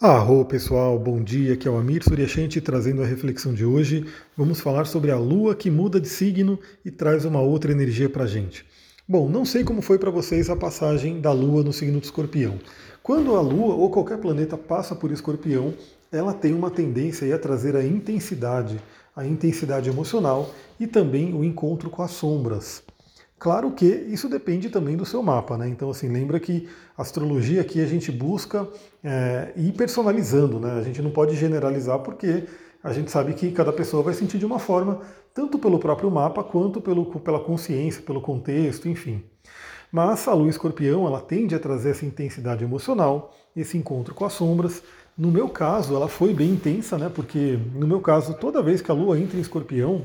Arro pessoal, bom dia, aqui é o Amir Suryashanti trazendo a reflexão de hoje. Vamos falar sobre a Lua que muda de signo e traz uma outra energia para a gente. Bom, não sei como foi para vocês a passagem da Lua no signo de Escorpião. Quando a Lua ou qualquer planeta passa por Escorpião, ela tem uma tendência aí a trazer a intensidade emocional e também o encontro com as sombras. Claro que isso depende também do seu mapa, né? Então, assim, lembra que a astrologia aqui a gente busca ir personalizando, né? A gente não pode generalizar porque a gente sabe que cada pessoa vai sentir de uma forma, tanto pelo próprio mapa quanto pela consciência, pelo contexto, enfim. Mas a Lua Escorpião, ela tende a trazer essa intensidade emocional, esse encontro com as sombras. No meu caso, ela foi bem intensa, né? Porque no meu caso, toda vez que a Lua entra em Escorpião,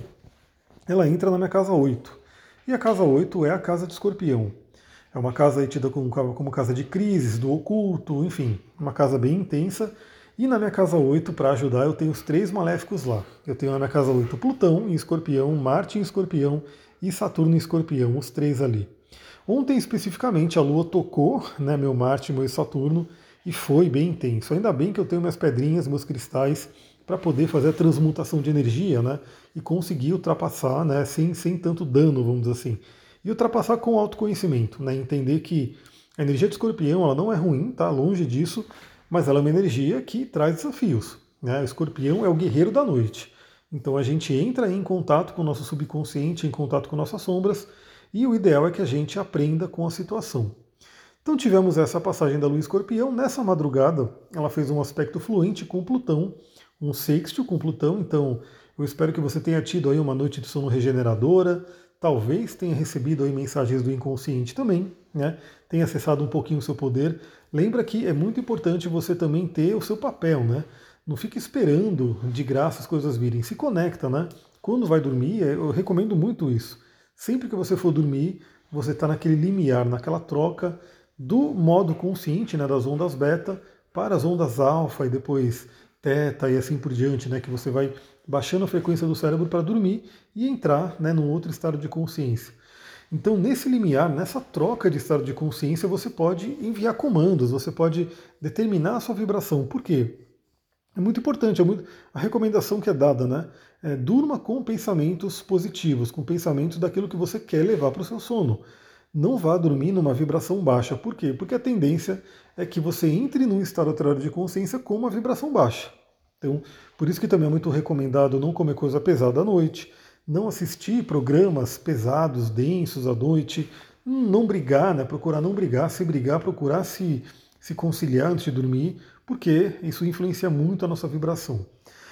ela entra na minha casa 8. E a casa 8 é a casa de Escorpião. É uma casa aí tida como casa de crises, do oculto, enfim, uma casa bem intensa. E na minha casa 8, para ajudar, eu tenho os três maléficos lá. Eu tenho na minha casa 8 Plutão em Escorpião, Marte em Escorpião e Saturno em Escorpião, os três ali. Ontem especificamente a Lua tocou, né, meu Marte, meu Saturno, e foi bem intenso. Ainda bem que eu tenho minhas pedrinhas, meus cristais, para poder fazer a transmutação de energia, né, e conseguir ultrapassar, né, sem tanto dano, vamos dizer assim. E ultrapassar com autoconhecimento, né, entender que a energia de Escorpião ela não é ruim, tá, longe disso, mas ela é uma energia que traz desafios. Né? O Escorpião é o guerreiro da noite. Então a gente entra em contato com o nosso subconsciente, em contato com nossas sombras, e o ideal é que a gente aprenda com a situação. Então tivemos essa passagem da Lua em Escorpião. Nessa madrugada, ela fez um aspecto fluente com Plutão, um sextil com Plutão. Então eu espero que você tenha tido aí uma noite de sono regeneradora, talvez tenha recebido aí mensagens do inconsciente também, né? Tenha acessado um pouquinho o seu poder. Lembra que é muito importante você também ter o seu papel, né? Não fique esperando de graça as coisas virem. Se conecta, né? Quando vai dormir, eu recomendo muito isso. Sempre que você for dormir, você está naquele limiar, naquela troca do modo consciente, né, das ondas beta para as ondas alfa e depois teta e assim por diante, né, que você vai baixando a frequência do cérebro para dormir e entrar, né, num outro estado de consciência. Então, nesse limiar, nessa troca de estado de consciência, você pode enviar comandos, você pode determinar a sua vibração. Por quê? É muito importante, a recomendação que é dada, né? Durma com pensamentos positivos, com pensamentos daquilo que você quer levar para o seu sono. Não vá dormir numa vibração baixa. Por quê? Porque a tendência é que você entre num estado alterado de consciência com uma vibração baixa. Então, por isso que também é muito recomendado não comer coisa pesada à noite, não assistir programas pesados, densos à noite, não brigar, né? Procurar não brigar, se brigar, procurar se conciliar antes de dormir, porque isso influencia muito a nossa vibração.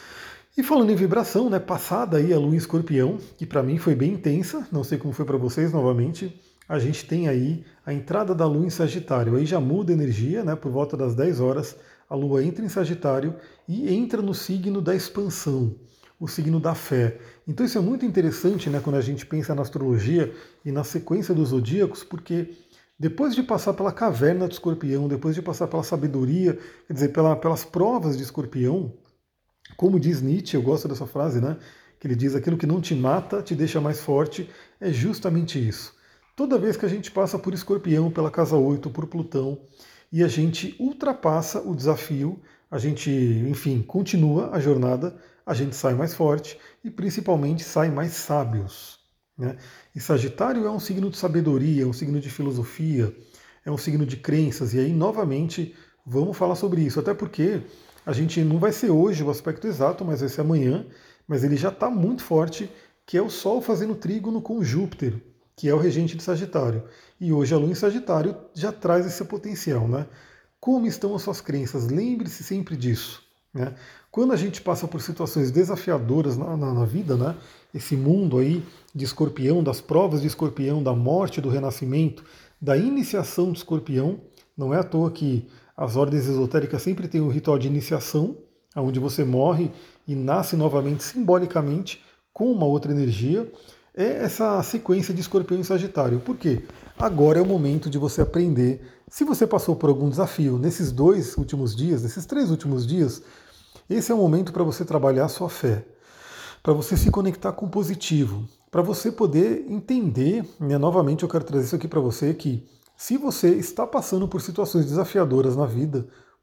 E falando em vibração, né, passada aí a Lua em Escorpião, que para mim foi bem intensa, não sei como foi para vocês novamente, a gente tem aí a entrada da Lua em Sagitário, aí já muda a energia, né, por volta das 10 horas, a Lua entra em Sagitário e entra no signo da expansão, o signo da fé. Então isso é muito interessante, né, quando a gente pensa na astrologia e na sequência dos zodíacos, porque depois de passar pela caverna do Escorpião, depois de passar pela sabedoria, quer dizer, pelas provas de Escorpião, como diz Nietzsche, eu gosto dessa frase, né? Que ele diz: aquilo que não te mata te deixa mais forte. É justamente isso. Toda vez que a gente passa por Escorpião, pela casa 8, por Plutão, e a gente ultrapassa o desafio, a gente, enfim, continua a jornada, a gente sai mais forte e principalmente sai mais sábios. Né? E Sagitário é um signo de sabedoria, é um signo de filosofia, é um signo de crenças, e aí, novamente, vamos falar sobre isso, até porque a gente não vai ser hoje o aspecto exato, mas vai ser amanhã, mas ele já está muito forte, que é o Sol fazendo trígono com Júpiter, que é o regente de Sagitário. E hoje a Lua em Sagitário já traz esse potencial, né? Como estão as suas crenças? Lembre-se sempre disso. Né? Quando a gente passa por situações desafiadoras na vida, né? Esse mundo aí de Escorpião, das provas de Escorpião, da morte, do renascimento, da iniciação de Escorpião, não é à toa que as ordens esotéricas sempre têm o ritual de iniciação, onde você morre e nasce novamente simbolicamente com uma outra energia. É essa sequência de Escorpião e Sagitário. Por quê? Agora é o momento de você aprender. Se você passou por algum desafio nesses 2 últimos dias, nesses 3 últimos dias, esse é o momento para você trabalhar a sua fé, para você se conectar com o positivo, para você poder entender, né, novamente eu quero trazer isso aqui para você, que se você está passando por situações desafiadoras na vida,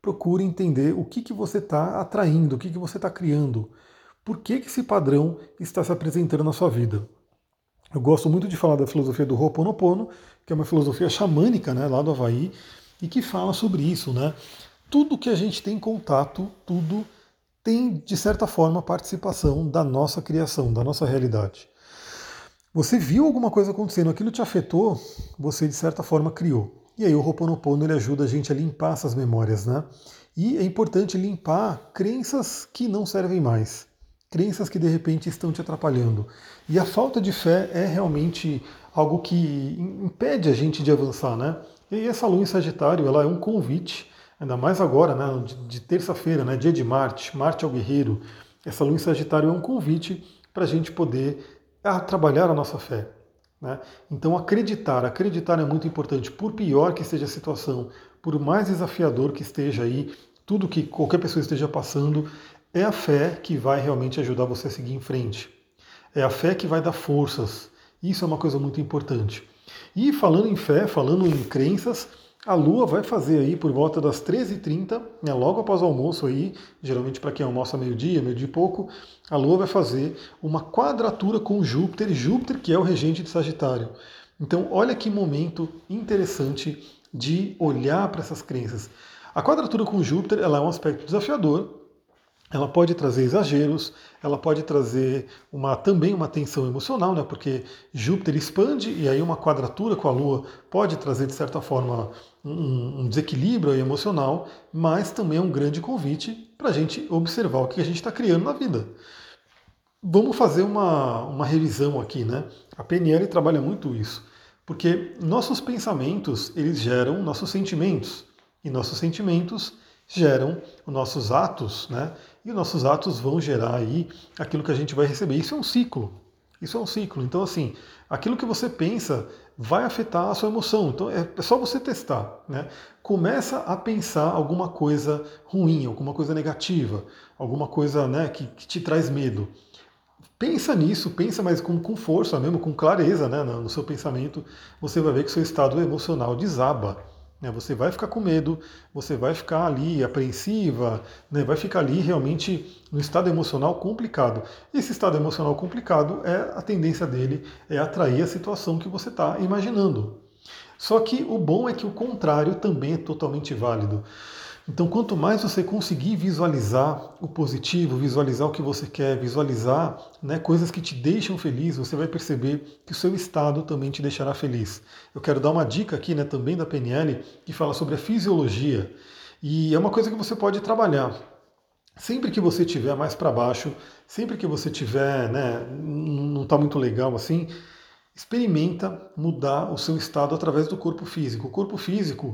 procure entender o que você está atraindo, o que você está criando. Por que esse padrão está se apresentando na sua vida? Eu gosto muito de falar da filosofia do Ho'oponopono, que é uma filosofia xamânica, né, lá do Havaí, e que fala sobre isso, né? Tudo que a gente tem contato, tudo tem, de certa forma, participação da nossa criação, da nossa realidade. Você viu alguma coisa acontecendo, aquilo te afetou, você, de certa forma, criou. E aí o Ho'oponopono ele ajuda a gente a limpar essas memórias, né? E é importante limpar crenças que não servem mais, crenças que de repente estão te atrapalhando. E a falta de fé é realmente algo que impede a gente de avançar, né? E essa lua em Sagitário, ela é um convite, ainda mais agora, né, de terça-feira, né, dia de Marte, Marte é o guerreiro. Essa lua em Sagitário é um convite para a gente poder trabalhar a nossa fé. Né? Então acreditar é muito importante. Por pior que esteja a situação, por mais desafiador que esteja aí, tudo que qualquer pessoa esteja passando, é a fé que vai realmente ajudar você a seguir em frente. É a fé que vai dar forças. Isso é uma coisa muito importante. E falando em fé, falando em crenças, a Lua vai fazer aí por volta das 13h30, né, logo após o almoço aí, geralmente para quem almoça meio-dia e pouco, a Lua vai fazer uma quadratura com Júpiter, Júpiter que é o regente de Sagitário. Então olha que momento interessante de olhar para essas crenças. A quadratura com Júpiter ela é um aspecto desafiador, ela pode trazer exageros, ela pode trazer também uma tensão emocional, né? Porque Júpiter expande e aí uma quadratura com a Lua pode trazer, de certa forma, um desequilíbrio emocional, mas também é um grande convite para a gente observar o que a gente está criando na vida. Vamos fazer uma revisão aqui, né? A PNL trabalha muito isso, porque nossos pensamentos, eles geram nossos sentimentos, e nossos sentimentos geram os nossos atos, né? E os nossos atos vão gerar aí aquilo que a gente vai receber. Isso é um ciclo. Isso é um ciclo. Então, assim, aquilo que você pensa vai afetar a sua emoção. Então, é só você testar, né? Começa a pensar alguma coisa ruim, alguma coisa negativa, alguma coisa, né, que te traz medo. Pensa nisso, pensa mais com força mesmo, com clareza, né, no seu pensamento, você vai ver que seu estado emocional desaba. Né, você vai ficar com medo, você vai ficar ali apreensiva, né, vai ficar ali realmente no estado emocional complicado. Esse estado emocional complicado, a tendência dele é atrair a situação que você está imaginando. Só que o bom é que o contrário também é totalmente válido. Então, quanto mais você conseguir visualizar o positivo, visualizar o que você quer, visualizar, né, coisas que te deixam feliz, você vai perceber que o seu estado também te deixará feliz. Eu quero dar uma dica aqui, né, também da PNL, que fala sobre a fisiologia. E é uma coisa que você pode trabalhar. Sempre que você estiver mais para baixo, sempre que você estiver, né, não está muito legal assim, experimenta mudar o seu estado através do corpo físico. O corpo físico,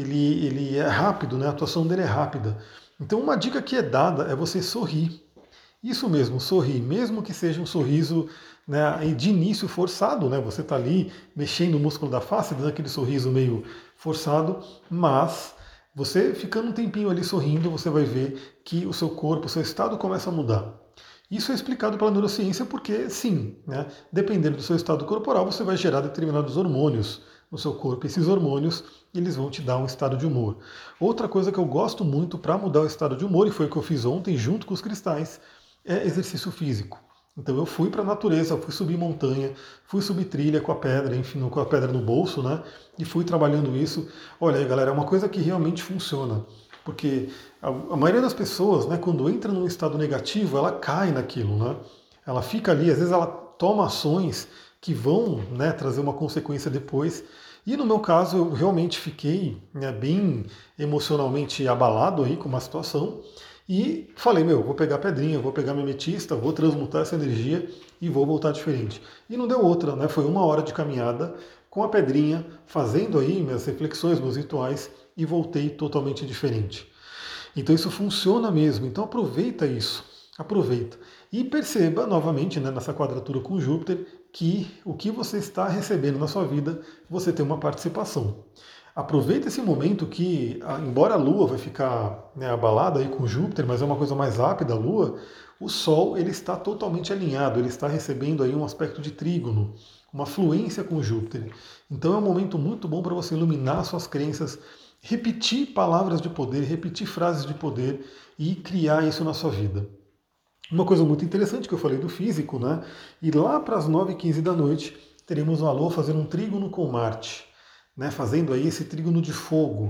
ele é rápido, né? A atuação dele é rápida. Então uma dica que é dada é você sorrir. Isso mesmo, sorrir, mesmo que seja um sorriso, né, de início forçado, né? Você está ali mexendo o músculo da face, dando aquele sorriso meio forçado, mas você ficando um tempinho ali sorrindo, você vai ver que o seu corpo, o seu estado começa a mudar. Isso é explicado pela neurociência porque, sim, né, dependendo do seu estado corporal, você vai gerar determinados hormônios no seu corpo. Esses hormônios, eles vão te dar um estado de humor. Outra coisa que eu gosto muito para mudar o estado de humor, e foi o que eu fiz ontem junto com os cristais, é exercício físico. Então eu fui para a natureza, fui subir montanha, fui subir trilha com a pedra, enfim, com a pedra no bolso, né? E fui trabalhando isso. Olha aí, galera, é uma coisa que realmente funciona. Porque a maioria das pessoas, né, quando entra num estado negativo, ela cai naquilo, né? Ela fica ali, às vezes ela toma ações que vão, né, trazer uma consequência depois. E no meu caso, eu realmente fiquei, né, bem emocionalmente abalado aí com uma situação e falei, vou pegar a pedrinha, vou pegar minha ametista, vou transmutar essa energia e vou voltar diferente. E não deu outra, né? Foi 1 hora de caminhada com a pedrinha, fazendo aí minhas reflexões, meus rituais e voltei totalmente diferente. Então isso funciona mesmo. Então aproveita isso, aproveita. E perceba novamente, né, nessa quadratura com Júpiter, que o que você está recebendo na sua vida, você tem uma participação. Aproveita esse momento que, embora a Lua vai ficar, né, abalada aí com Júpiter, mas é uma coisa mais rápida a Lua, o Sol ele está totalmente alinhado, ele está recebendo aí um aspecto de trígono, uma fluência com Júpiter. Então é um momento muito bom para você iluminar suas crenças, repetir palavras de poder, repetir frases de poder e criar isso na sua vida. Uma coisa muito interessante que eu falei do físico, né? E lá para as 9h15 da noite, teremos uma Lua fazendo um trígono com Marte, né? Fazendo aí esse trígono de fogo.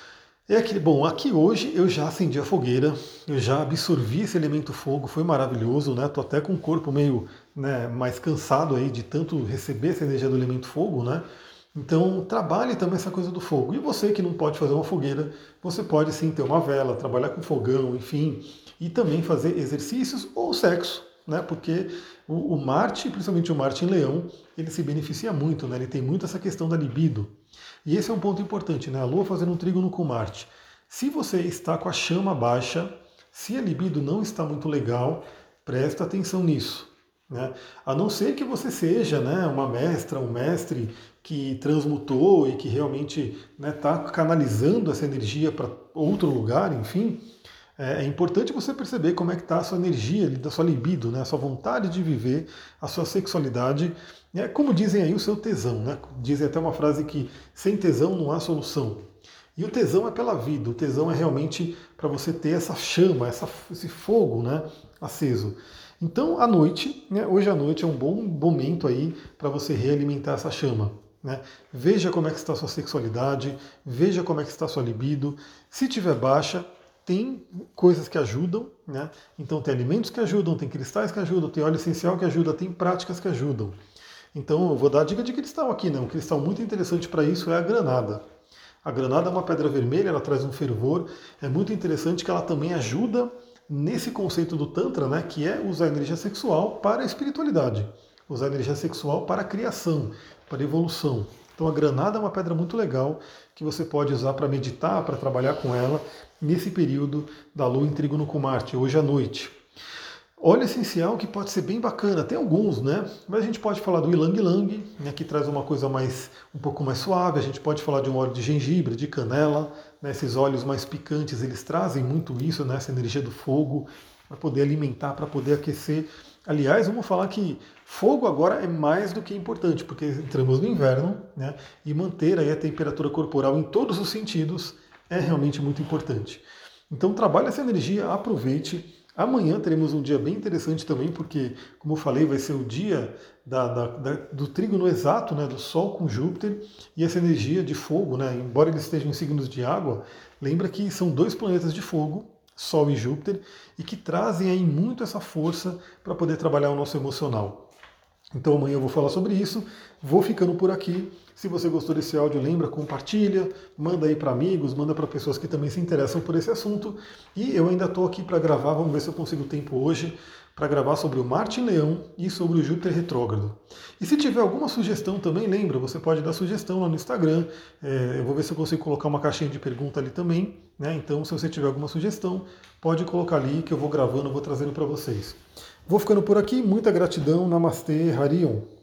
É aquele, bom, aqui hoje eu já acendi a fogueira, eu já absorvi esse elemento fogo, foi maravilhoso, né? Tô até com o corpo meio, né, mais cansado aí de tanto receber essa energia do elemento fogo, né? Então trabalhe também essa coisa do fogo. E você que não pode fazer uma fogueira, você pode sim ter uma vela, trabalhar com fogão, enfim, e também fazer exercícios ou sexo, né? Porque o Marte, principalmente o Marte em Leão, ele se beneficia muito, né? Ele tem muito essa questão da libido. E esse é um ponto importante, né? A Lua fazendo um trígono com Marte. Se você está com a chama baixa, se a libido não está muito legal, presta atenção nisso. Né? A não ser que você seja, né, uma mestra, um mestre que transmutou e que realmente está, né, canalizando essa energia para outro lugar, enfim, é importante você perceber como é que está a sua energia, da sua libido, né, a sua vontade de viver, a sua sexualidade, né, como dizem aí, o seu tesão. Né? Dizem até uma frase que sem tesão não há solução. E o tesão é pela vida, o tesão é realmente para você ter essa chama, esse fogo, né, aceso. Então, à noite, né, hoje à noite é um bom momento aí para você realimentar essa chama. Né? Veja como é que está a sua sexualidade, veja como é que está a sua libido. Se tiver baixa, tem coisas que ajudam, né? Então tem alimentos que ajudam, tem cristais que ajudam, tem óleo essencial que ajuda, tem práticas que ajudam. Então eu vou dar a dica de cristal aqui, né? Um cristal muito interessante para isso é a granada. A granada é uma pedra vermelha, ela traz um fervor, é muito interessante que ela também ajuda nesse conceito do Tantra, né? Que é usar a energia sexual para a espiritualidade, usar a energia sexual para a criação, para a evolução. Então a granada é uma pedra muito legal que você pode usar para meditar, para trabalhar com ela nesse período da Lua em trígono com Marte, hoje à noite. Óleo essencial que pode ser bem bacana, tem alguns, né? Mas a gente pode falar do Ylang Ylang, né, que traz uma coisa um pouco mais suave. A gente pode falar de um óleo de gengibre, de canela, né? Esses óleos mais picantes, eles trazem muito isso, né? Essa energia do fogo, para poder alimentar, para poder aquecer. Aliás, vamos falar que fogo agora é mais do que importante, porque entramos no inverno, né? E manter aí a temperatura corporal em todos os sentidos é realmente muito importante. Então trabalhe essa energia, aproveite. Amanhã teremos um dia bem interessante também, porque, como eu falei, vai ser o dia do trígono exato, né, do Sol com Júpiter, e essa energia de fogo, né, embora eles estejam em signos de água, lembra que são dois planetas de fogo, Sol e Júpiter, e que trazem aí muito essa força para poder trabalhar o nosso emocional. Então amanhã eu vou falar sobre isso, vou ficando por aqui. Se você gostou desse áudio, lembra, compartilha, manda aí para amigos, manda para pessoas que também se interessam por esse assunto. E eu ainda estou aqui para gravar, vamos ver se eu consigo tempo hoje, para gravar sobre o Marte em Leão e sobre o Júpiter retrógrado. E se tiver alguma sugestão também, lembra, você pode dar sugestão lá no Instagram. Eu vou ver se eu consigo colocar uma caixinha de pergunta ali também. Né? Então, se você tiver alguma sugestão, pode colocar ali que eu vou gravando, vou trazendo para vocês. Vou ficando por aqui, muita gratidão, Namastê, Harion.